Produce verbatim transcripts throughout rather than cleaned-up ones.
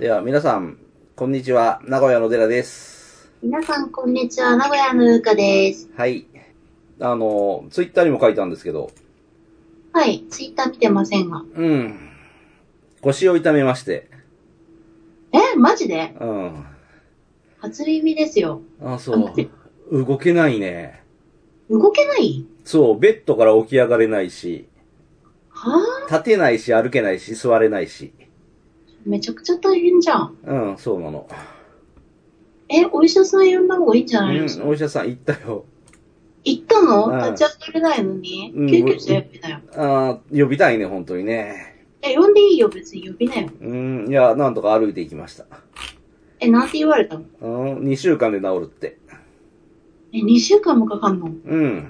では皆さん、こんにちは。名古屋の寺です。 皆さん、こんにちは。名古屋のゆうかです。 はい。あの、ツイッターにも書いたんですけど。 はい。ツイッター見てませんが。 うん。腰を痛めまして。 え、マジで？ うん。 初耳ですよ。 あ、そう。動けないね。 動けない？ そう。ベッドから起き上がれないし。 はぁ？ 立てないし、歩けないし、座れないし。 めちゃくちゃ大変じゃん。 うん、そうなの。 え、お医者さん呼んだ方がいいんじゃないですか？ うん、お医者さん行ったよ。 行ったの？ うん立ち上がれないのに、 うん、 救急車呼びなよ。 あ呼びたいね、本当にね。 え、呼んでいいよ、別に呼びなよ。 うん、いや、なんとか歩いていきました。 え、なんて言われたの？ うん、にしゅうかんで治るって。 え、にしゅうかんもかかんの？ うん。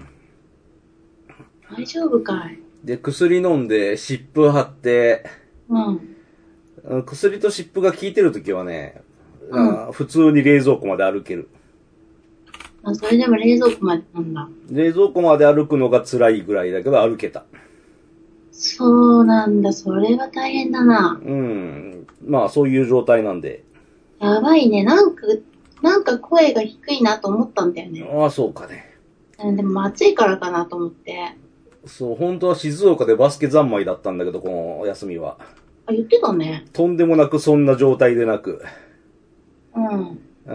大丈夫かい？ で、薬飲んで、湿布貼って、 うん。 薬と湿布が効いてるときはね、 うん、 普通に冷蔵庫まで歩ける。 あ、それでも冷蔵庫までなんだ。 冷蔵庫まで歩くのが辛いぐらいだけど歩けた。 そうなんだ。それは大変だな。 うん。まあ、そういう状態なんで。 やばいね。なんか、なんか声が低いなと思ったんだよね。 ああ、そうかね。 でも暑いからかなと思って。 そう、本当は静岡でバスケ三昧だったんだけど、この休みは。 あ、言ってたね。 とんでもなくそんな状態でなく。 うん。 うん。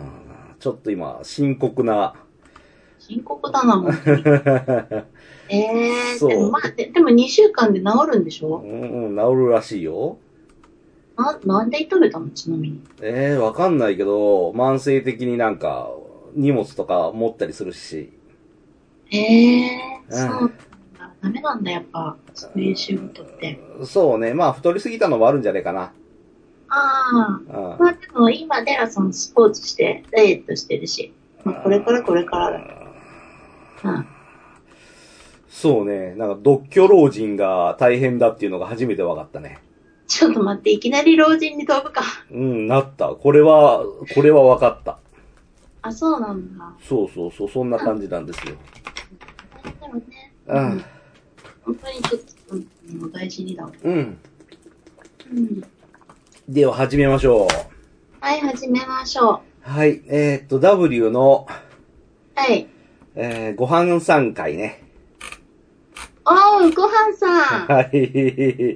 ちょっと今、深刻な。 深刻だな、本当に。えー、 そう。 でもまあ、で、でもにしゅうかんで治るんでしょ？ うん、うん、治るらしいよ。 な、なんで痛めたの、ちなみに。 ええー、わかんないけど、慢性的になんか、荷物とか持ったりするし。 えー、 うん、 そうなんだ。ダメなんだ、やっぱ、そういう仕事って。 そうね。まあ、太りすぎたのもあるんじゃねえかな。 ああ、 うん、 まあでも今、デラさんスポーツして、ダイエットしてるし。まあ、これからこれからだけど。うん。 そうね。なんか、独居老人が大変だっていうのが初めて分かったね。 ちょっと待って、いきなり老人に飛ぶか。 うん、なった。これは、これは分かった。 あ、そうなんだ。 そうそうそう、そんな感じなんですよ。 でもね、 うん。 本当にちょっと、うん、大事にだわ。 うん。 うん。 では、始めましょう。 はい、始めましょう。 はい。えー、っと、W の、 はい。 えー、ご飯さんかいね。 おー、ごはんさん。 はい。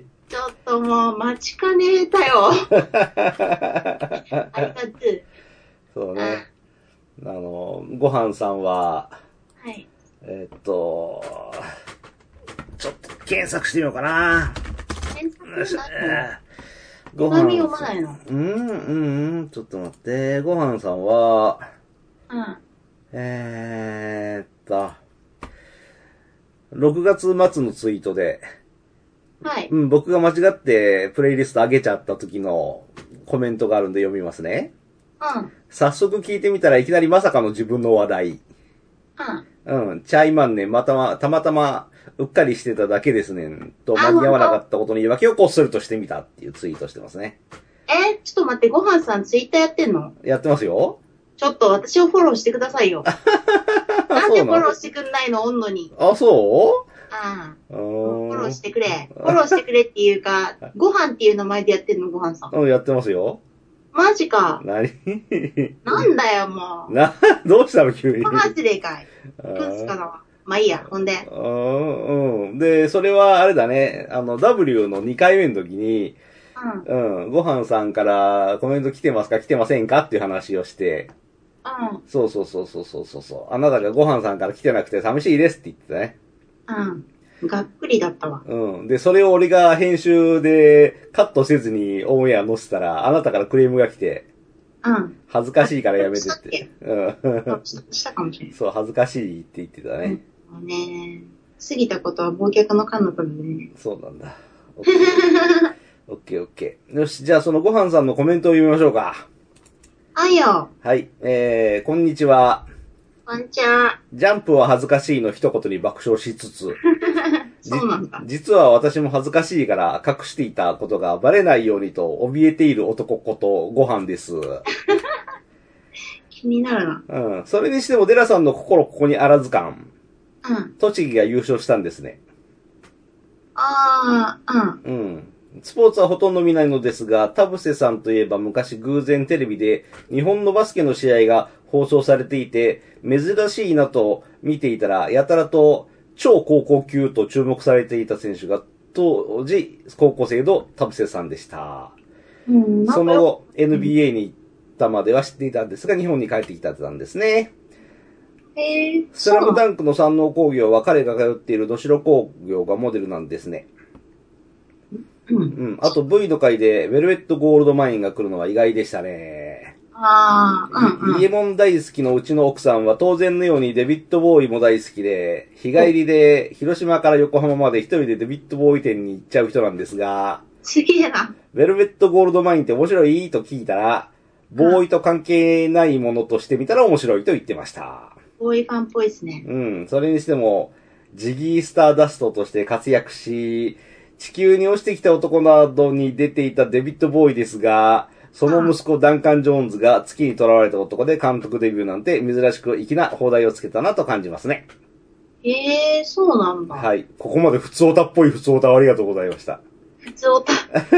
ちょっともう、待ちかねたよ。ありがとう。 そうね。あの、ごはんさんは、 はい。 えー、っと、ちょっと検索してみようかな。 検索なごはん読まないの？ うん、うん、うん。ちょっと待って。ごはんさんは、 うん。 えー、っと、ろくがつ末のツイートで、 はい。 うん、僕が間違ってプレイリスト上げちゃった時のコメントがあるんで読みますね。 うん。 早速聞いてみたらいきなりまさかの自分の話題。うん。うん。チャイマンね、またま、たまたま、うっかりしてただけですね。と、間に合わなかったことに言い訳をこっそりとしてみたっていうツイートしてますね。 え、ちょっと待って、ごはんさんツイッターやってんの？ やってますよ。 ちょっと私をフォローしてくださいよ。なんでフォローしてくんないの？おんのに。 あ、そうああ。 うフーん。 ォローしてくれ。フォローしてくれっていうか、ご飯っていう名前でやってんの、ごはんさん。 うん、やってますよ。 マジか。 何なんだよ、もう。 な、どうしたの急に。 ご飯失礼かい。くんすかな。まあいいや、ほんで。 うん、うん。で、それはあれだね、あの、W のにかいめの時に、うん、うん、ごはんさんからコメント来てますか来てませんかっていう話をして、 うん。 そうそうそうそうそうそう。あなたがごはんさんから来てなくて寂しいですって言ってたね。 うん。がっくりだったわ。 うん。で、それを俺が編集でカットせずにオンエア載せたら、あなたからクレームが来て、 うん。 恥ずかしいからやめてって。うん。 したかもしれない。 そう、恥ずかしいって言ってたね。 うん、もうね、過ぎたことは忘却の彼方でね。 そうなんだ。オッケー、オッケー、オッケー。よし、じゃあそのごはんさんのコメントを読みましょうか。 はいよ。 はい。えー、こんにちは。 こんにちは。 ジャンプは恥ずかしいの一言に爆笑しつつ。 そうなんだ。 実は私も恥ずかしいから隠していたことがバレないようにと怯えている男ことご飯です。 気になるな。 うん。それにしてもデラさんの心ここにあらず感。 うん。 栃木が優勝したんですね。 ああ、 うん。 スポーツはほとんど見ないのですが、田臥さんといえば昔偶然テレビで日本のバスケの試合が放送されていて、珍しいなと見ていたら、やたらと超高校級と注目されていた選手が、当時高校生の田臥さんでした。うん、その後、エヌビーエー に行ったまでは知っていたんですが、日本に帰ってきたんですね。 へー、 スラムダンクの山王工業は彼が通っている能代工業がモデルなんですね。うん。うん。あと V の回で、ベルベットゴールドマインが来るのは意外でしたね。 ああ、うん、うん。 イエモン大好きのうちの奥さんは当然のようにデビッドボーイも大好きで、日帰りで広島から横浜まで一人でデビッドボーイ店に行っちゃう人なんですが、 すげえな。 ベルベットゴールドマインって面白いと聞いたら、ボーイと関係ないものとしてみたら面白いと言ってました。 ボーイファンっぽいですね。 うん。それにしても、ジギースターダストとして活躍し、地球に落ちてきた男などに出ていたデビッド・ボーイですが、その息子ダンカン・ジョーンズが月に囚われた男で監督デビューなんて珍しく粋な放題をつけたなと感じますね。 へえー、そうなんだ。 はい。ここまで普通オタっぽい普通オタありがとうございました。 普通オタ。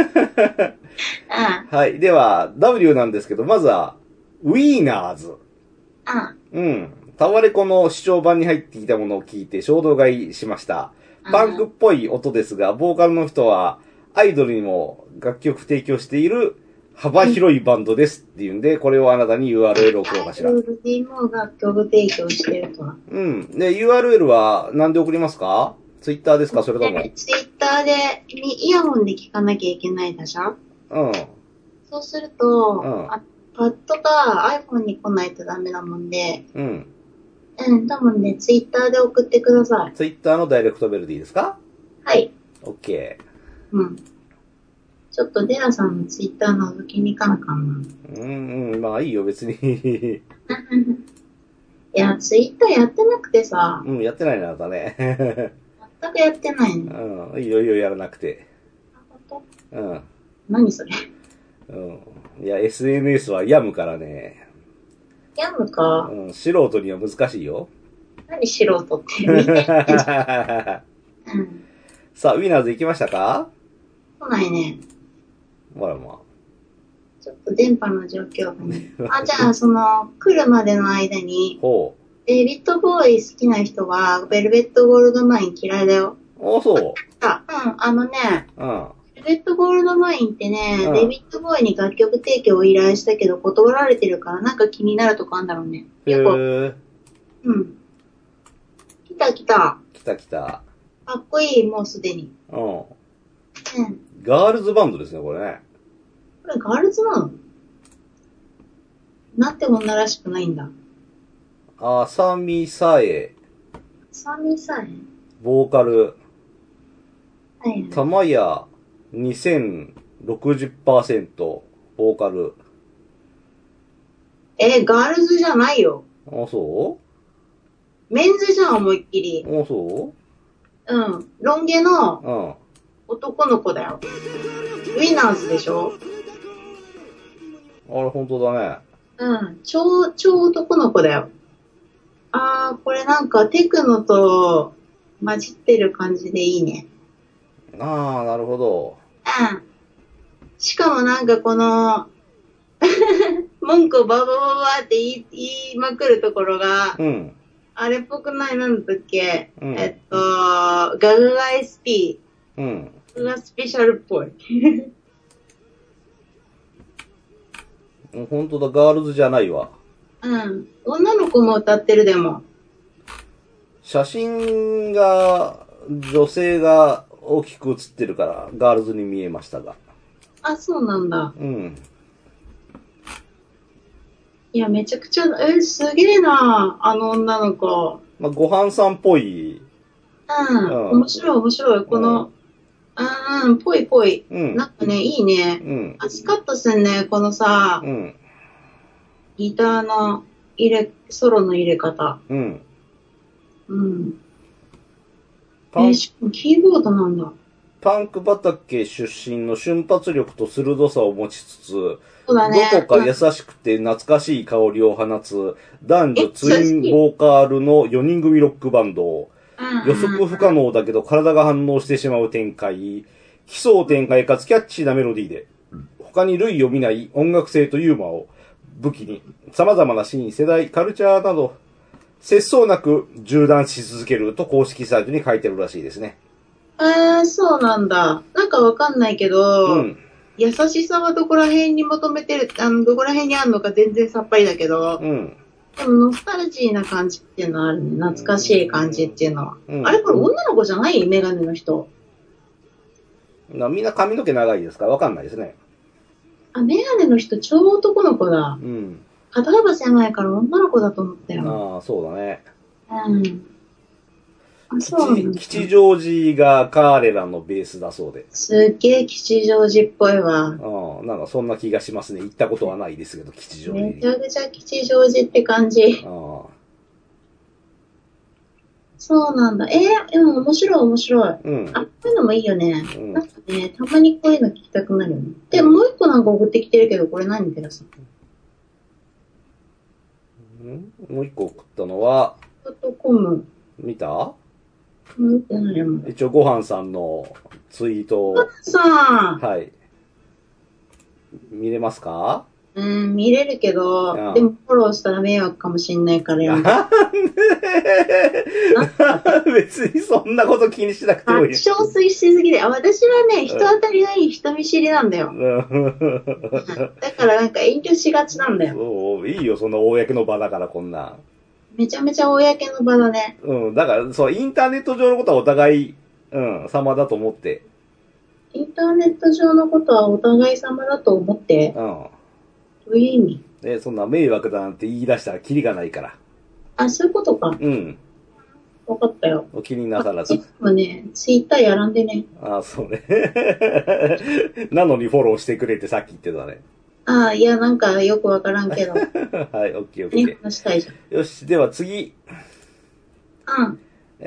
うん。はい。では、W なんですけど、まずは、ウィーナーズ。 うん。 うん。タワレコの視聴版に入ってきたものを聞いて衝動買いしました。パンクっぽい音ですが、ボーカルの人はアイドルにも楽曲提供している幅広いバンドですっていうんで、これをあなたに ユーアールエル を送ろうかしら。 アイドルにも楽曲提供してるとは。 うん。で、ユーアールエル は何で送りますか？ツイッターですか？それとも。 ツイッターで、にイヤホンで聞かなきゃいけないでしょ？ うん。 そうすると、 うん、 あパッドが iPhone に来ないとダメなもんで、 うん。 うん、多分ね、ツイッターで送ってください。 ツイッターのダイレクトメールでいいですか？ はい。 オッケー。うん。ちょっとデラさんのツイッター覗きに行かなかな。 うん、うん、まあいいよ、別に。 いや、ツイッターやってなくてさ。 うん、やってないな、あなたね。 全くやってないね。 うん、いいよいいよ、やらなくて。 あ、本当？ うん。 何それ？ うん。いや、エスエヌエス は病むからね。 病むか。 うん、素人には難しいよ。 何素人って。みんな言ってんじゃん。うん。 さあ、ウィナーズ行きましたか？ 来ないね。 ほらまあ。 ちょっと電波の状況がね。あ、じゃあ、その、来るまでの間に、 ほう。 デビッドボーイ好きな人は、ベルベットゴールドマイン嫌いだよ。 あ、そう。 あ、うん、あのね、 うん。 ベルベットゴールドマインってね、 うん、 デビッドボーイに楽曲提供を依頼したけど断られてるからなんか気になるとこあんだろうね。 へー。 うん。来た来た。 来た来た。 かっこいい、もうすでに。 うん。 うん。 ガールズバンドですね、これね。 これガールズなの？なんて女らしくないんだ。 あさみさえ。 さみさえ。 ボーカル。 はい、はい。 たまやにせんろくじゅっパーセント、ボーカル。 え、ガールズじゃないよ。 あ、そうメンズじゃん、思いっきり。 あ、そううん。ロン毛の男の子だよ。ウィナーズでしょ？ あれ、本当だね。 うん。超、超男の子だよ。あー、これなんかテクノと混じってる感じでいいね。 ああ、なるほど。 うん。しかもなんかこの、文句をバババババって言い、言いまくるところが、 うん。 あれっぽくない？なんだっけ、 うん、 えっと、ガガガ エスピー。 うん。 ガガスペシャルっぽい。 ほんとだ、ガールズじゃないわ。 うん。女の子も歌ってるでも。 写真が、女性が大きく写ってるから、ガールズに見えましたが。 あ、そうなんだ。 うん。 いや、めちゃくちゃ、え、すげえな、あの女の子。 まあ、ごはんさんっぽい。 うん。うん、面白い、面白い。この、うん、うん、ぽいぽい。うん。なんかね、いいね。うん。あ、スカッとすんね、このさ、うん。ギターの入れ、ソロの入れ方。うん。うん。えー、しかもキーボードなんだ。 パンク畑出身の瞬発力と鋭さを持ちつつ、 そうだね、 どこか優しくて懐かしい香りを放つ男女ツインボーカルのよにん組ロックバンド。予測不可能だけど体が反応してしまう展開。 奇想天外かつキャッチーなメロディーで、他に類を見ない音楽性とユーモアを武器に、様々なシーン、世代、カルチャーなど、節操なく縦断し続けると公式サイトに書いてるらしいですね。 えー、そうなんだ。なんかわかんないけど、うん、優しさはどこら辺に求めてる、あの、どこら辺にあるのか全然さっぱりだけど、うん、でもノスタルジーな感じっていうのはあるね。懐かしい感じっていうのは。うん、あれこれ女の子じゃないメガネの人。 なみんな髪の毛長いですかわかんないですね。 あ、メガネの人超男の子だ。うん。肩幅狭いから女の子だと思ったよ。 ああ、そうだね。 うん。あ、そうなんだ。 吉祥寺が彼らのベースだそうで。 すっげえ吉祥寺っぽいわ。 ああ、なんかそんな気がしますね。行ったことはないですけど、吉祥寺。 めちゃくちゃ吉祥寺って感じ。ああ。そうなんだ。えー、でも面白い面白い。うん。あ、こういうのもいいよね。うん、なんかね、たまにこういうの聞きたくなるよね。で、もう一個なんか送ってきてるけど、これ何てらさんもう一個送ったのは、 ドットコム。 見た見てないもん。 一応、ごはんさんのツイートを。 ごはんさん。 はい。見れますか？ うん、見れるけど、うん、でもフォローしたら迷惑かもしんないからやめて。 別にそんなこと気にしなくてもいい。 憔悴しすぎで、あ、私はね、人当たりがいい人見知りなんだよ。だからなんか遠慮しがちなんだよ。 そう、いいよ、そんな公の場だからこんな。 めちゃめちゃ公の場だね。 うん、だから、そう、インターネット上のことはお互い、うん、様だと思って。 インターネット上のことはお互い様だと思って。うん。どういう意味？ え、そんな迷惑だなんて言い出したらキリがないから。 あ、そういうことか。うん。わかったよ。 お気になさらず。 いつもね、ツイッターやらんでね。 ああ、そうね。なのにフォローしてくれってさっき言ってたね。 ああ、いや、なんかよくわからんけど。はい、 オッケーオッケー。 ね、話したいじゃん。 よし、では次。 うん。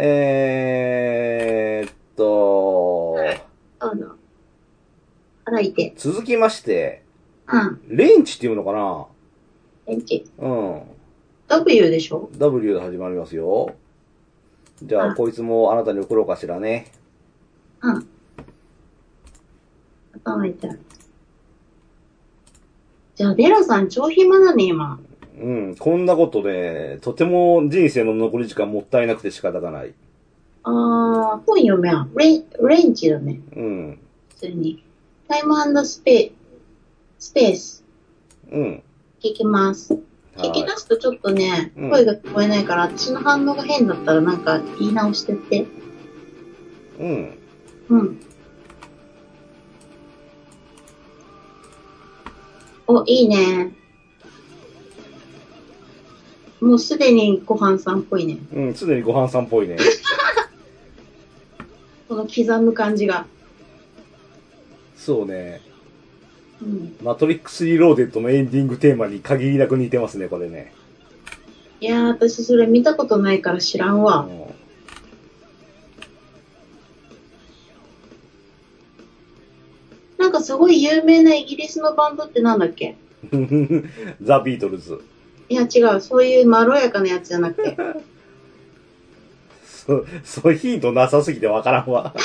えーっと。 あの。腹いて。 続きまして。 うん。 レンチっていうのかな？ レンチ。 うん。 W でしょ？ W で始まりますよ。じゃあ、こいつもあなたに送ろうかしらね。 うん。頭痛い。じゃあ、デラさん超暇だね、今。 うん。こんなことで、とても人生の残り時間もったいなくて仕方がない。 あー、本読めや。レン、レンチだね。 うん。 普通に。タイムスペース。スペース。 うん。 聞きます。聞き出すとちょっとね、声が聞こえないから、私の反応が変だったらなんか言い直してって。 うん。 うん。お、いいね。もうすでにごはんさんっぽいね。 うん、すでにごはんさんっぽいね。 この刻む感じが。 そうね。うん、マトリックスリローデッドのエンディングテーマに限りなく似てますね、これね。 いやー、私それ見たことないから知らんわ。うん、なんかすごい有名なイギリスのバンドってなんだっけ？ ザ・ビートルズ。 いや違う、そういうまろやかなやつじゃなくて。 そ、そうヒントなさすぎてわからんわ。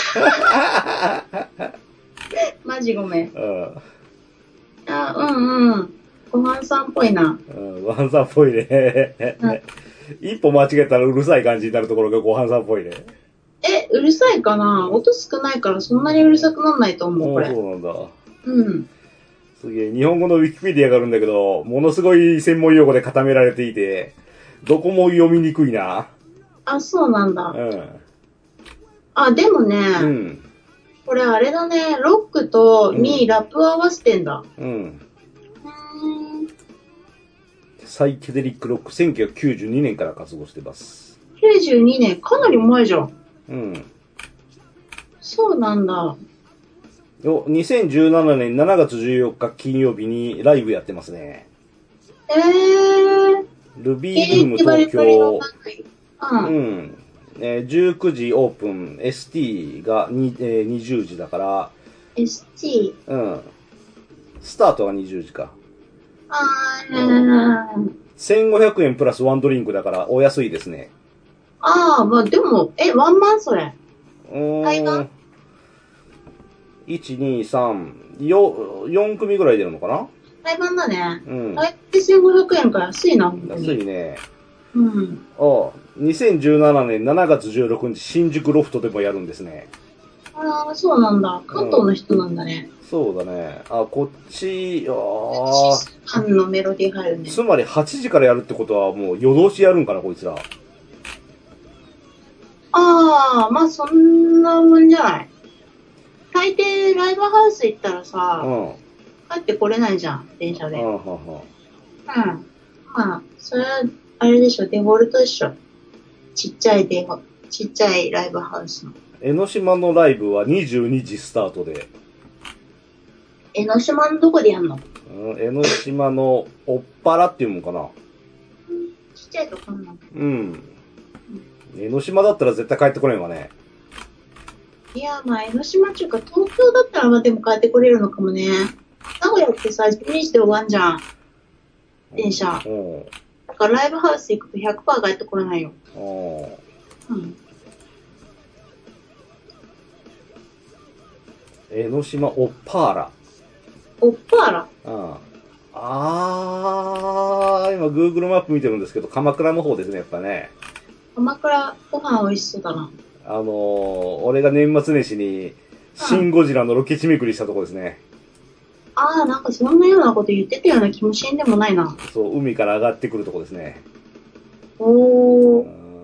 マジごめん。うん。あ、うんうん。ごはんさんっぽいな。 うん、ごはんさんっぽいね。うん、一歩間違えたらうるさい感じになるところがごはんさんっぽいね。 え、うるさいかな？音少ないからそんなにうるさくなんないと思う、これ。 そうなんだ。 うん。 すげえ、日本語のウィキペディアがあるんだけど、ものすごい専門用語で固められていて、どこも読みにくいな。 あ、そうなんだ。うん。あ、でもね、うん。これあれだね、ロックとにラップを合わせてんだ。うん。うん、 サイケデリックロック、せんきゅうひゃくきゅうじゅうにねんから活動してます。 きゅうじゅうにねん、かなり前じゃん。うん。そうなんだ。 にせんじゅうななねんしちがつじゅうよっか金曜日にライブやってますね。 えー。 ルビールーム東京。うん。うん。えー、じゅうくじオープン、エスティー がに、えー、にじゅうじだから。 エスティー? うん。スタートがにじゅうじか。 あー、うん。 せんごひゃくえんプラスワンドリンクだからお安いですね。 ああ、まあでも、え、ワンマンそれ。対バンいち、に、さん、よ、よん組ぐらい出るのかな？ 対バンだね。うん。あれせんごひゃくえんか安いな、 安いね。 うん。 ああ、にせんじゅうななねんしちがつじゅうろくにち、新宿ロフトでもやるんですね。 ああ、そうなんだ。関東の人なんだね。 うん、そうだね。あ、こっち、ああ。のメロディー入るね。 つまりはちじからやるってことはもう夜通しやるんかな、こいつら。 ああ、まあそんなもんじゃない。大抵ライブハウス行ったらさ、うん、帰ってこれないじゃん、電車で。うん、うん。まあ、それは、あれでしょ、デフォルトでしょ。ちっちゃいデフォ、ちっちゃいライブハウスの。 江ノ島のライブはにじゅうにじスタートで。 江ノ島のどこでやんの？ うん、江ノ島のおっぱらっていうもんかな。 ちっちゃいとこなの？ うん。江ノ島だったら絶対帰ってこれんわね。 いや、まあ江ノ島っていうか東京だったらまあでも帰ってこれるのかもね。名古屋ってさ、じゅうにじで終わんじゃん。電車。うん。だからライブハウス行くと ひゃくパーセント 帰ってこれないよ。うん。 江ノ島おっぱら。 おっぱら？ うん。あー、今 Google マップ見てるんですけど、鎌倉の方ですね、やっぱね。 鎌倉ご飯美味しそうだな。 あのー、俺が年末年始に、シン・ゴジラのロケ地巡りしたとこですね。 ああ、なんかそんなようなこと言ってたような気もしんでもないな。 そう、海から上がってくるとこですね。 おー。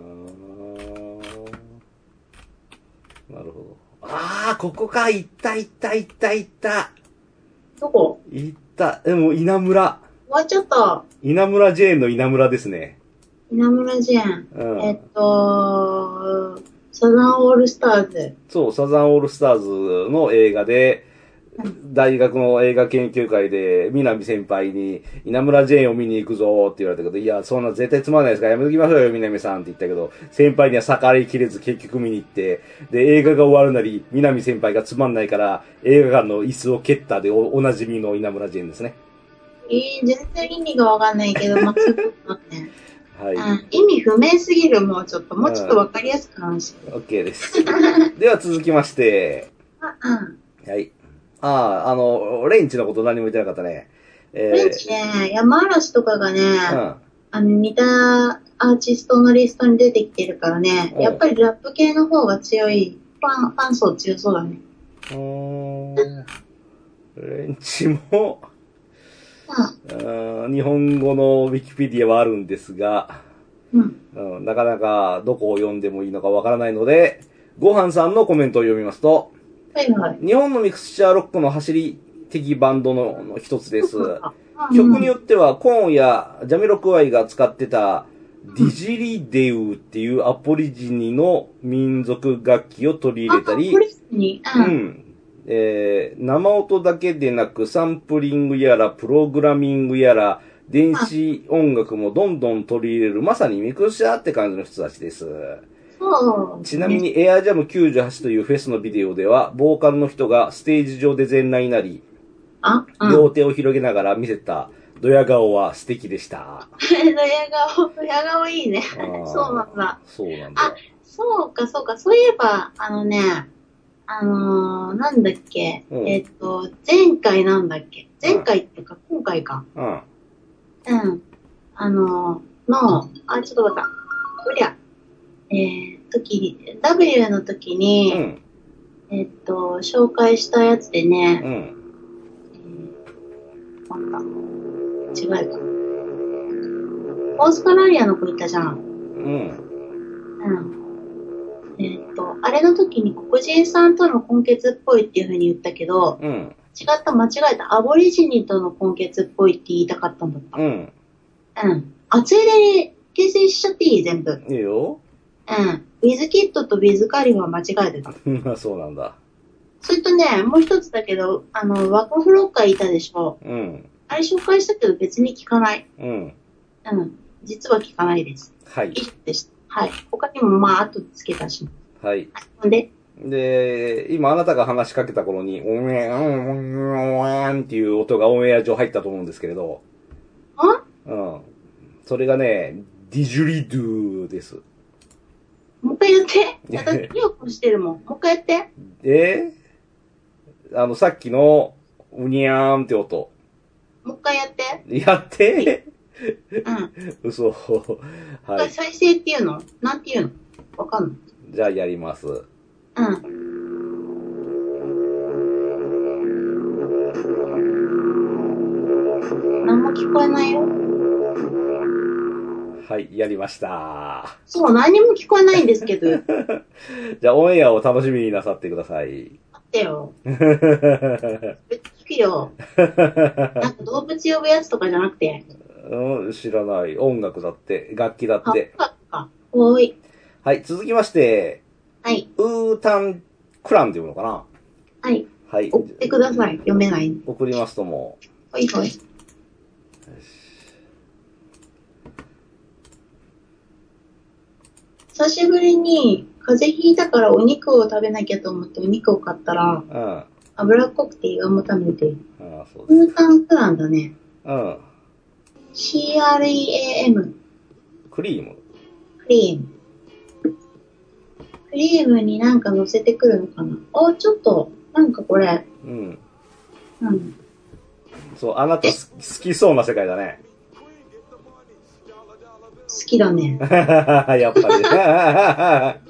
なるほど。ああ、ここか、行った行った行った行った。 どこ？ 行った。でも、稲村。 終わっちゃった。 稲村ジェーンの稲村ですね。 稲村ジェーン。うん、えっと、サザンオールスターズ。 そう、サザンオールスターズの映画で、大学の映画研究会で、南先輩に、稲村ジェーンを見に行くぞって言われたけど、いや、そんな絶対つまんないですからやめときましょうよ、南さんって言ったけど、先輩には逆らいきれず結局見に行って、で、映画が終わるなり、南先輩がつまんないから、映画館の椅子を蹴ったで お, おなじみの稲村ジェーンですね。 えー、全然意味がわかんないけど、まあ、そういうことだね。 はい、うん。 意味不明すぎる、もうちょっと、もうちょっとわかりやすく話して。 オッケーです。では続きまして。 あ、うん。 はい。ああ、あの、レンチのこと何も言ってなかったね。 えー、レンチね、山嵐とかがね、うん、あの、似たアーティストのリストに出てきてるからね、うん、やっぱりラップ系の方が強い、ファン、ファン層強そうだね。 うーん。レンチも、うん、日本語のウィキペディアはあるんですが、うんうん、なかなかどこを読んでもいいのかわからないので、ごはんさんのコメントを読みますと、はいはい、日本のミクスチャーロックの走り的バンド の, の一つです。曲によってはコーンやジャミロクワイが使ってたディジリデウっていうアポリジニの民族楽器を取り入れたり、うん、えー、生音だけでなくサンプリングやらプログラミングやら電子音楽もどんどん取り入れるまさにミクスチャーって感じの人たちです。ちなみにエアジャムきゅうじゅうはちというフェスのビデオではボーカルの人がステージ上で全裸になり、両手を広げながら見せたドヤ顔は素敵でした。 ドヤ顔、ドヤ顔いいね。そうなんだ。 そうなんだ。 あ、そうかそうか。そういえば、あのね、あのー、なんだっけ、うん、えっと、前回なんだっけ前回っていうか、うん、今回か。うん。うん。あのー、の、あ、ちょっと待った。こりゃ。えー、時に、W の時に、うん、えっと、紹介したやつでね、うん。えー、なんだ。違うか。オーストラリアの子いたじゃん。うん。うん。えっと、あれの時に黒人さんとの根血っぽいっていう風に言ったけど、うん、違った、間違えた。アボリジニとの根血っぽいって言いたかったんだった。うん。うん。あ、ついでに訂正しちゃっていい？全部。 いいよ。 うん。ウィズキッドとウィズカリフは間違えてた。 そうなんだ。 それとね、もう一つだけど、あの、ワコフロッカーいたでしょ。うん。あれ紹介したけど別に聞かない。うん。うん。実は聞かないです。はい。以上でした。はい。他にもまあ、後でつけたし。はい。 で、で、今あなたが話しかけた頃に、オンエア、オンっていう音がオンエア上入ったと思うんですけれど。 あ？ うん。それがね、ディジュリドゥです。 もう一回やって。私、イヤホンしてるもん。もう一回やって。 えあの、さっきの、うにゃーんって音。 もう一回やって。 やってうん。 嘘。 はい。再生っていうのなんていうのわかんない。 じゃあやります。うん。 何も聞こえないよ。 はい、やりました。 そう、何も聞こえないんですけど。 じゃあオンエアを楽しみになさってください。 待ってよ。聞くよ。なんか動物呼ぶやつとかじゃなくて。 うん、知らない。音楽だって、楽器だって。 あ、か。おい。 はい、続きまして、 はい。 ウータンクランっていうのかな。 はい。はい。送ってください。読めない。 送りますとも。 はいはい。久しぶりに風邪ひいたからお肉を食べなきゃと思ってお肉を買ったら、うん、脂っこくて胃がもたれて、ああそうです。ウータンクランだね。うん。シーアールイーエーエム。 クリームクリーム。クリームになんか乗せてくるのかな。あ、ちょっと、なんかこれ。うん。 うん。そう、あなた好きそうな世界だね。 好きだね。 やっぱり。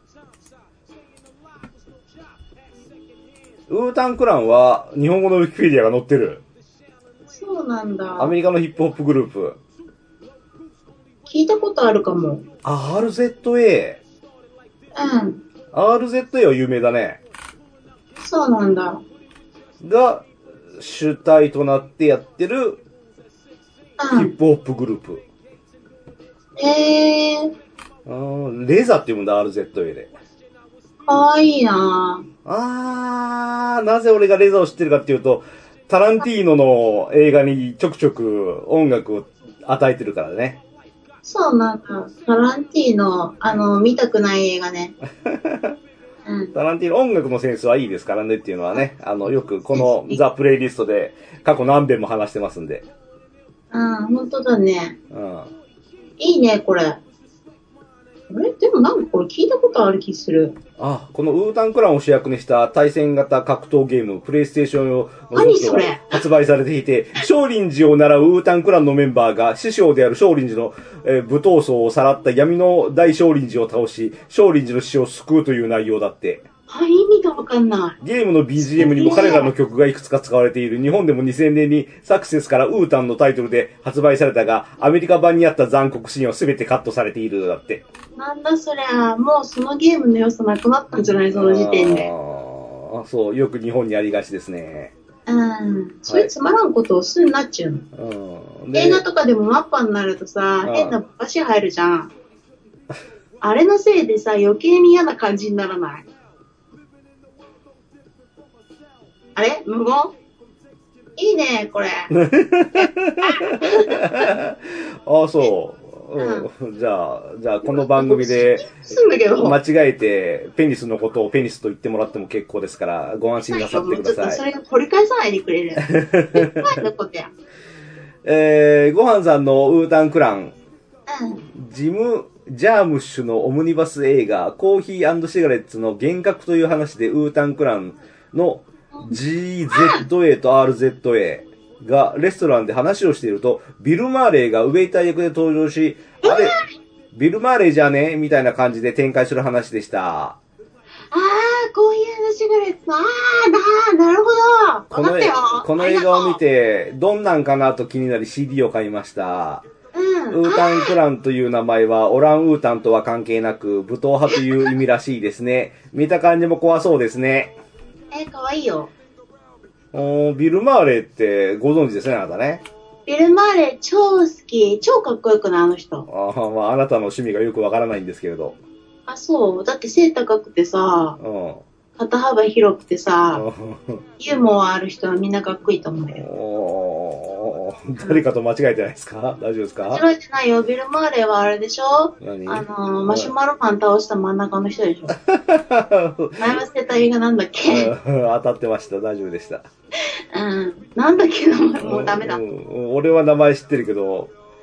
ウータンクランは日本語のウィキペディアが載ってる。 そうなんだ。 アメリカのヒップホップグループ。 聞いたことあるかも。 アールゼットエー。うん。アールゼットエー は有名だね。 そうなんだ。 が主体となってやってるヒップホップグループ。 へえー。レザって言うんだ、アールゼットエー で。 かわいいなぁ。 あー、なぜ俺がレザを知ってるかっていうと、タランティーノの映画にちょくちょく音楽を与えてるからね。 そうなんだ。タランティーノ、あの、見たくない映画ね。 うん、タランティーノ音楽のセンスはいいですからねっていうのはね、あの、よくこのザ・プレイリストで過去何遍も話してますんで。 うん、ほんとだね。うん。いいね、これ。あれでもなんかこれ聞いたことある気する。 あ、このウータンクランを主役にした対戦型格闘ゲーム、プレイステーション用何それ発売されていて、少林寺を習うウータンクランのメンバーが師匠である少林寺の、えー、武闘僧をさらった闇の大少林寺を倒し、少林寺の死を救うという内容だって。 はい、意味がわかんない。 ゲームの ビージーエム にも彼らの曲がいくつか使われている。日本でもにせんねんにサクセスからウータンのタイトルで発売されたが、アメリカ版にあった残酷シーンは全てカットされているだって。 なんだそりゃ、もうそのゲームの良さなくなったんじゃない、その時点で。 ああ、そう、よく日本にありがちですね。 うん。そういうつまらんことをするなっちゅうの。うん、映画とかでもマッパになるとさ、変なバシ入るじゃん。あれのせいでさ、余計に嫌な感じにならない？あれ無言？いいね、これ。 ああ、そう。うん、じゃあ、じゃあ、この番組で、間違えて、ペニスのことをペニスと言ってもらっても結構ですから、ご安心なさってください。ちょっとそれ掘り返さないでくれる。のことや。 えー、ごはんさんのウータンクラン、うん、ジム・ジャームッシュのオムニバス映画、コーヒー&シガレッツの幻覚という話で、ウータンクランの ジーゼットエー と アールゼットエー、がレストランで話をしていると、ビル・マーレーがウェイター役で登場し、あれ、ビル・マーレーじゃねみたいな感じで展開する話でした。 あー、コーヒー&シガレッツ。あー、なるほど。 この、この映画を見て、どんなんかなと気になり シーディー を買いました。うん、ウータンクランという名前はオランウータンとは関係なく、武闘派という意味らしいですね。見た感じも怖そうですね。 えー、かわいいよ。 おビル・マーレーってご存知ですね、あなたね。 ビル・マーレー超好き。超かっこよくない、あの人。 ああ、まあ、あなたの趣味がよくわからないんですけれど。 あ、そう。だって背高くてさ、うん、肩幅広くてさ、ユーモアある人はみんなかっこいいと思うよ。 お誰かと間違えてないですか？大丈夫ですか？ 間違えてないよ。ビル・マーレーはあれでしょ？何？あのー、マシュマロマン倒した真ん中の人でしょ？前忘れた映画なんだっけ？ 当たってました。大丈夫でした。 うん。なんだっけ？もうダメだ。 俺は名前知ってるけど、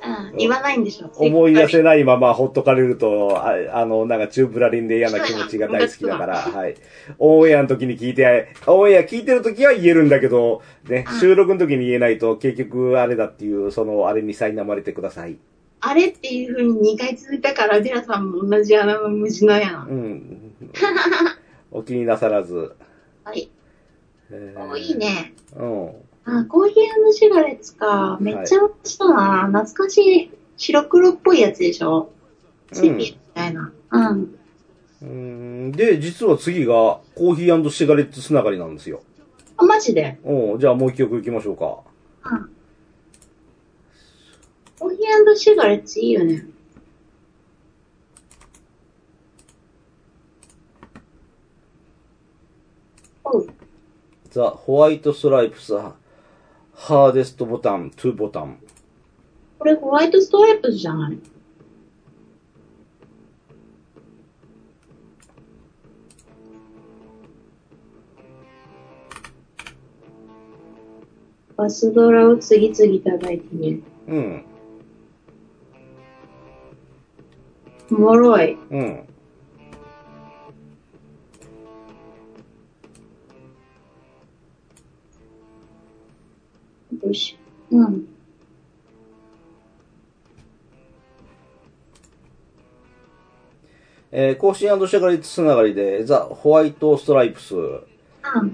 うん、言わないんでしょ。 思い出せないままほっとかれると、あ, あの、なんかチューブラリンで嫌な気持ちが大好きだから、はい。オンエアの時に聞いて、オンエア聞いてる時は言えるんだけど、ね、収録の時に言えないと結局あれだっていう、そのあれに苛まれてください。 あれっていう風ににかい続いたから、デラさんも同じ穴の無地のやな。 うん。お気になさらず。 はい。えー、お、いいね。 うん。 あ、コーヒー&シガレッツか。めっちゃ美味しそうな、はい。懐かしい。白黒っぽいやつでしょ。セピアみたいな。うん。 うん。で、実は次がコーヒー&シガレッツつながりなんですよ。 あ、マジで？ おじゃあもう一曲行きましょうか。 うん。コーヒー&シガレッツいいよね。おう。 ザ・ホワイト・ストライプス・ハーデスト・ボタン、トゥ・ボタン。 これホワイト・ストライプスじゃない？バスドラを次々いただいてね。 うん。 おもろい。 うん。 よし。うん。 えー、コーシー&シャガリッツつながりで、ザ・ホワイト・ストライプス。うん、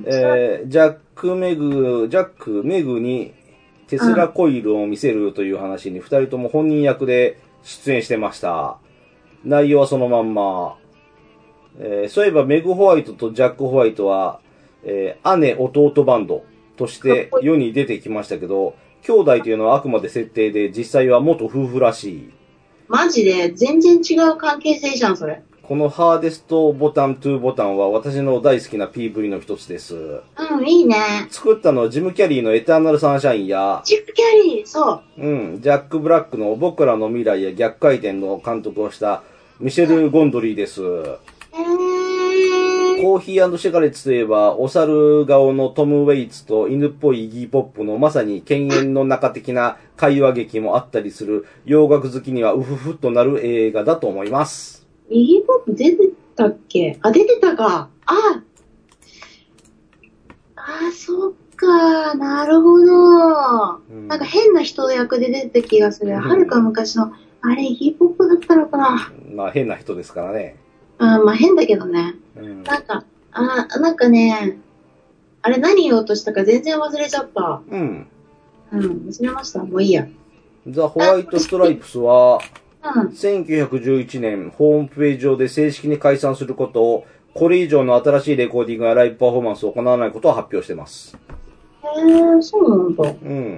えー、ジャック・メグ、ジャック・メグにテスラコイルを見せるという話に二人とも本人役で出演してました。内容はそのまんま。えー、そういえばメグ・ホワイトとジャック・ホワイトは、えー、姉・弟バンドとして世に出てきましたけど、兄弟というのはあくまで設定で実際は元夫婦らしい。 マジで全然違う関係性じゃん、それ。 このハーデストボタントゥーボタンは私の大好きな ピーブイ の一つです。 うん、いいね。 作ったのはジム・キャリーのエターナルサンシャインや、 ジム・キャリー、そう。 うん、ジャック・ブラックの僕らの未来や逆回転の監督をしたミシェル・ゴンドリーです。へー。コーヒー&シガレッツといえば、お猿顔のトム・ウェイツと犬っぽいイギー・ポップのまさに犬猿の中的な会話劇もあったりする洋楽好きにはうふふっとなる映画だと思います。 イギー・ポップ出てたっけ？あ、出てたか。ああ、そっか。なるほど。うん、なんか変な人役で出てた気がする。はるか昔の、あれ、イギー・ポップだったのかな。 まあ変な人ですからね。 あまあ変だけどね。うん、なんか、あ、なんかね、あれ何言おうとしたか全然忘れちゃった。 うん。 うん、忘れました。もういいや。 ザ・ホワイト・ストライプスは、 うん、 せんきゅうひゃくじゅういちねん、ホームページ上で正式に解散することを、これ以上の新しいレコーディングやライブパフォーマンスを行わないことを発表しています。 へー、そうなんだ。 うん。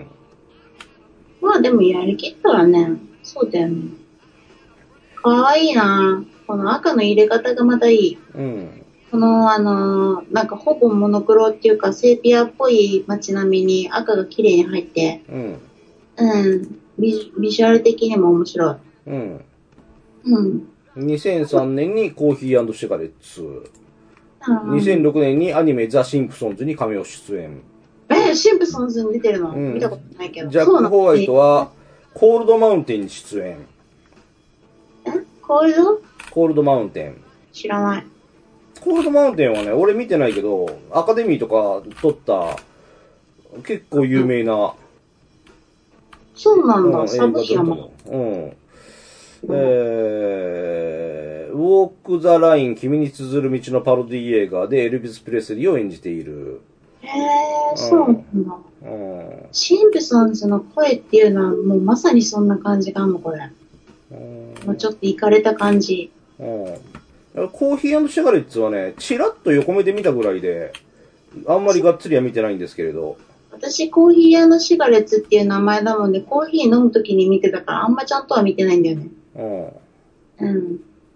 まあでもやりきったらね、そうだよね。かわいいな。この赤の入れ方がまたいい。 うん。 このあのー、なんかほぼモノクロっていうかセーピアっぽい街並みに赤が綺麗に入って、 うん。 うん。ビ、ビジュアル的にも面白い。 うん。 うん。 にせんさんねんにコーヒー&シガレッツ。にせんろくねんにアニメザ・シンプソンズにカメオ出演。 え、シンプソンズに出てるの、うん、見たことないけど。 ジャック・ホワイトはコールドマウンテンに出演。 えコールドコールドマウンテン。 知らない。 コールドマウンテンはね、俺見てないけど、アカデミーとか撮った、結構有名な。うん、 そうなんだ、うん、サブ山。 うん。えー、ウォーク・ザ・ライン、君に綴る道のパロディ映画でエルビス・プレスリーを演じている。 へー、そうなんだ。うん。シンプソンズの声っていうのはもうまさにそんな感じかも、これ。うん。もうちょっとイカれた感じ。 うん。コーヒー&シガレッツはね、チラッと横目で見たぐらいで、あんまりがっつりは見てないんですけれど。 私、コーヒー&シガレッツっていう名前だもんで、コーヒー飲むときに見てたから、あんまちゃんとは見てないんだよね。うん。うん。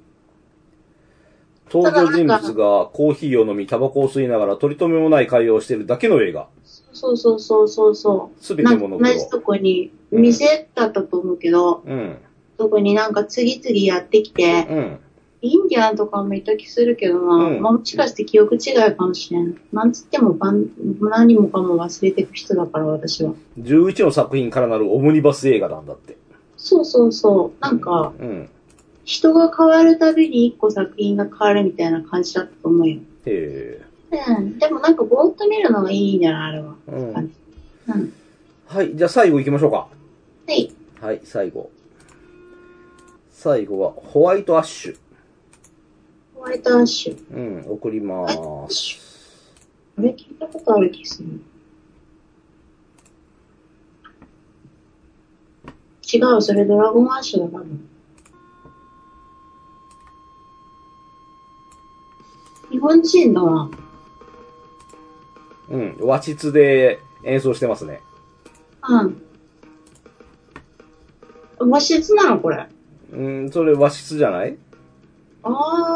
登場人物がコーヒーを飲み、タバコを吸いながら取り留めもない会話をしているだけの映画。 そうそうそうそうそう。 すべてもの同じとこに、店だったと思うけど、うん。そこになんか次々やってきて、うん。インディアンとかもいた気するけどな、うん、まあ、もしかして記憶違いかもしれん。なんつっても何もかも忘れていく人だから、私は。 じゅういちの作品からなるオムニバス映画なんだって。 そうそうそう。なんか、うん、人が変わるたびに一個作品が変わるみたいな感じだったと思うよ。へぇ。うん。でもなんかぼーっと見るのがいいんじゃないあれは。うん。うん。 はい。じゃあ最後行きましょうか。 はい。 はい、最後。最後はホワイトアッシュ。 ホワイトアッシュ。 うん、送りまーす。 これ聞いたことある気する。違う、それドラゴンアッシュだから。日本人だな。 うん、和室で演奏してますね。 うん。和室なのこれ。 うん、それ和室じゃない？ あ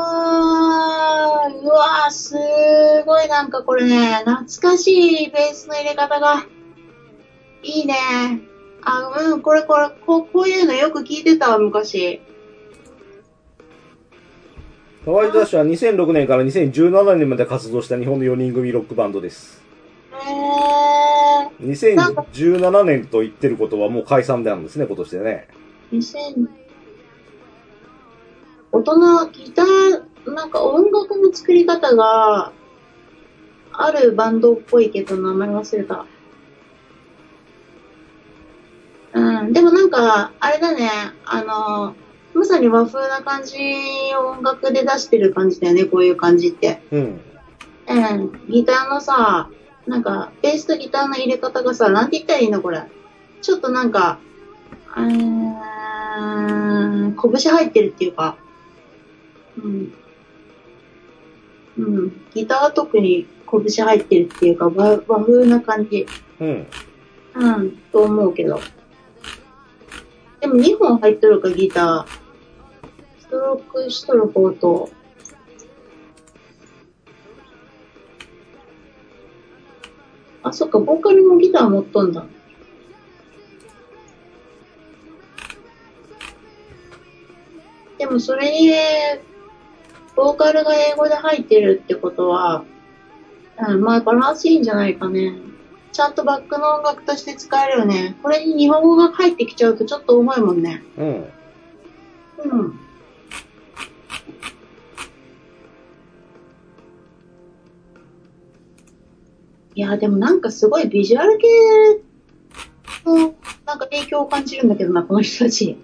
ー、うわー、すごいなんかこれね、懐かしいベースの入れ方が、いいね。あ、うん、これこれ、こう、こういうのよく聞いてたわ、昔。 ホワイトアッシュはにせんろくねんからにせんじゅうななねんまで活動した日本のよにん組ロックバンドです。へー。にせんじゅうななねんと言ってることはもう解散なんですね、今年でね。 にせん大人、ギター、なんか音楽の作り方があるバンドっぽいけど名前忘れた。うん、でもなんか、あれだね、あの、まさに和風な感じを音楽で出してる感じだよね、こういう感じって。うん。うん、ギターのさ、なんか、ベースとギターの入れ方がさ、なんて言ったらいいのこれ。ちょっとなんか、うーん、拳入ってるっていうか、うん。うん。ギターは特に拳入ってるっていうか、和和風な感じ。うん。うん、と思うけど。でもにほん入っとるか、ギター。ストロークしとる方と、あ、そっか、ボーカルもギター持っとんだ。でもそれに、ボーカルが英語で入ってるってことは、うん、まあバランスいいんじゃないかね。ちゃんとバックの音楽として使えるよね。これに日本語が入ってきちゃうとちょっと重いもんね。うん。うん。いや、でもなんかすごいビジュアル系のなんか影響を感じるんだけどな、この人たち。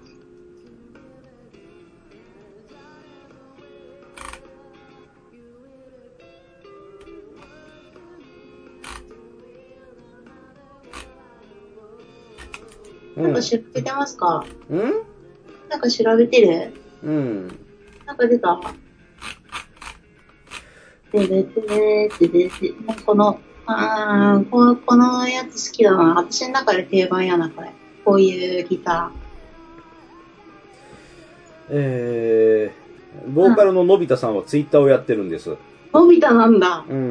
なんか調べてますか？うん？なんか調べてる？うん。なんか出た？ででででででこの、あー、この、このやつ好きだな。私の中で定番やな、これ。こういうギター。えー、ボーカルののび太さんはツイッターをやってるんです。 のび太なんだ。 うん。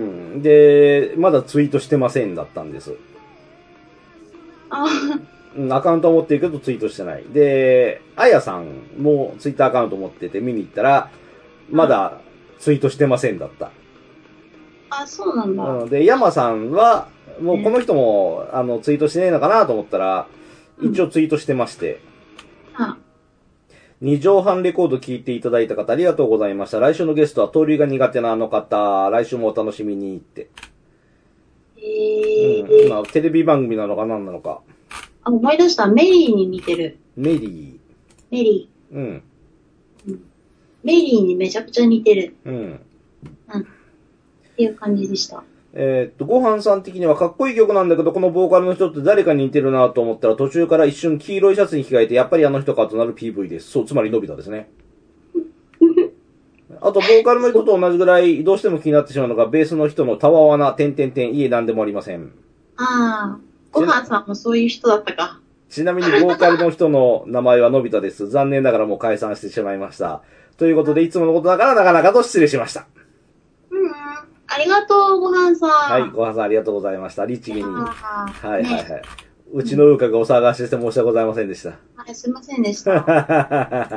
で、まだツイートしてませんだったんです。あアカウントを持ってるけどツイートしてない。で、あやさんもツイッターアカウント持ってて見に行ったら、まだツイートしてませんだった。 あ、そうなんだ。 うん、で、山さんは、もうこの人も、ね、あの、ツイートしてねえのかなと思ったら、一応ツイートしてまして。うん。二畳半レコード聞いていただいた方ありがとうございました。来週のゲストは盗塁が苦手なあの方、来週もお楽しみにって。へー。うん、まあ、テレビ番組なのか何なのか。 あ、思い出した。メリーに似てる。 メリー。メリー。うん。うん、メリーにめちゃくちゃ似てる。うん。うん。っていう感じでした。 えー、っと、ごはんさん的にはかっこいい曲なんだけど、このボーカルの人って誰かに似てるなと思ったら、途中から一瞬黄色いシャツに着替えて、やっぱりあの人かとなる ピーブイ です。そう、つまりのび太ですね。あと、ボーカルの人と同じぐらい、どうしても気になってしまうのが、ベースの人のたわわな、点々点、いえ、なんでもありません。 ああ、ごはんさんもそういう人だったか。 ちなみに、ボーカルの人の名前はのび太です。残念ながらもう解散してしまいました。ということで、いつものことだからなかなかと失礼しました。 うん、ありがとう、ごはんさん。 はい、ごはんさんありがとうございました。律儀に。はいはいはい。ね、うちのウーカがお騒がせして申し訳ございませんでした。 はい、すいませんでした。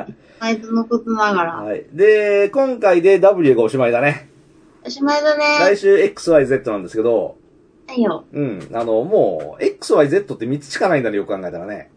毎度のことながら。 はい。で、今回で ダブリュー がおしまいだね。 おしまいだね。 来週 エックスワイゼット なんですけど。 はいよ。 うん。あの、もう、エックスワイゼット ってみっつしかないんだね、よく考えたらね。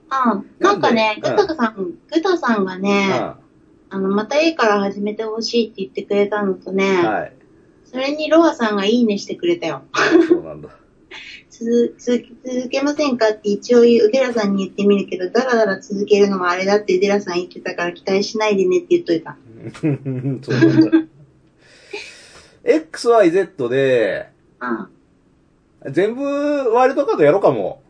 うん。なんかね、グタさん、グタさんがね、あの、また A から始めてほしいって言ってくれたのとね、はい。それにロアさんがいいねしてくれたよ。 そうなんだ。 続、続けませんかって一応ウデラさんに言ってみるけど、だらだら続けるのもあれだってウデラさん言ってたから期待しないでねって言っといた。そうなんだ。 エックスワイゼット で、うん、全部ワイルドカードやろうかも。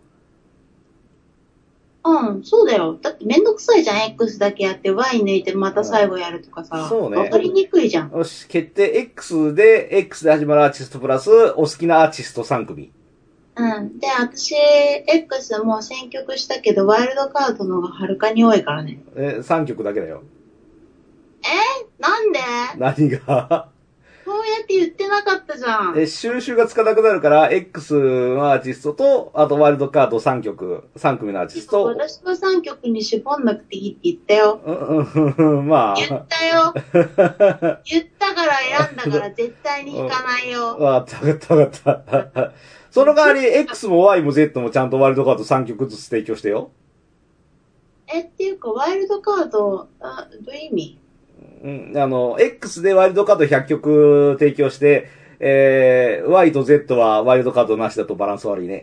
うん、そうだよ。だってめんどくさいじゃん、X だけやって Y 抜いてまた最後やるとかさ。うん、そうね。わかりにくいじゃん。 よし、決定。X で、X で始まるアーティストプラス、お好きなアーティストさん組。 うん。で、私、X もう選曲したけど、ワイルドカードの方がはるかに多いからね。 え、さんきょくだけだよ。 えなんで何がそうやって言ってなかったじゃん。 え、収集がつかなくなるから、X のアーティストと、あとワイルドカードさんきょく、さん組のアーティスト。 私はさんきょくに絞んなくていいって言ったよ。 うん、まあ。 言ったよ。言ったから選んだから絶対に引かないよ。 わかったわかったわかった。その代わり X も Y も Z もちゃんとワイルドカードさんきょくずつ提供してよ。 え、っていうか、ワイルドカード、あ、どういう意味？ うん、あの、X でワイルドカードひゃっきょく提供して、えー、Y と Z はワイルドカードなしだとバランス悪いね。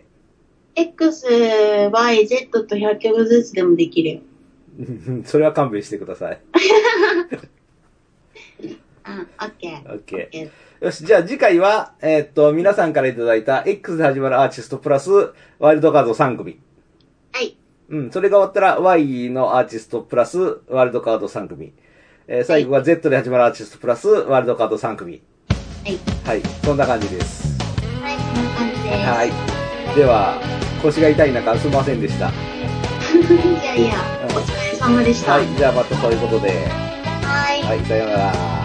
X、Y、Z とひゃっきょくずつでもできるよ。 それは勘弁してください。 うん、オッケー。 オッケー。よし、じゃあ次回は、えー、っと、皆さんからいただいた X で始まるアーティストプラスワイルドカードさん組。 はい。 うん、それが終わったら Y のアーティストプラスワイルドカードさん組。えー、最後は Z で始まるアーティストプラスワイルドカードさん組。 はい。 はい。そんな感じです。 はい、そんな感じです。 はい。では、腰が痛い中すみませんでした。 いやいや、お疲れ様でした。 はい。じゃあまたそういうことで。 はい。 はい、さようなら。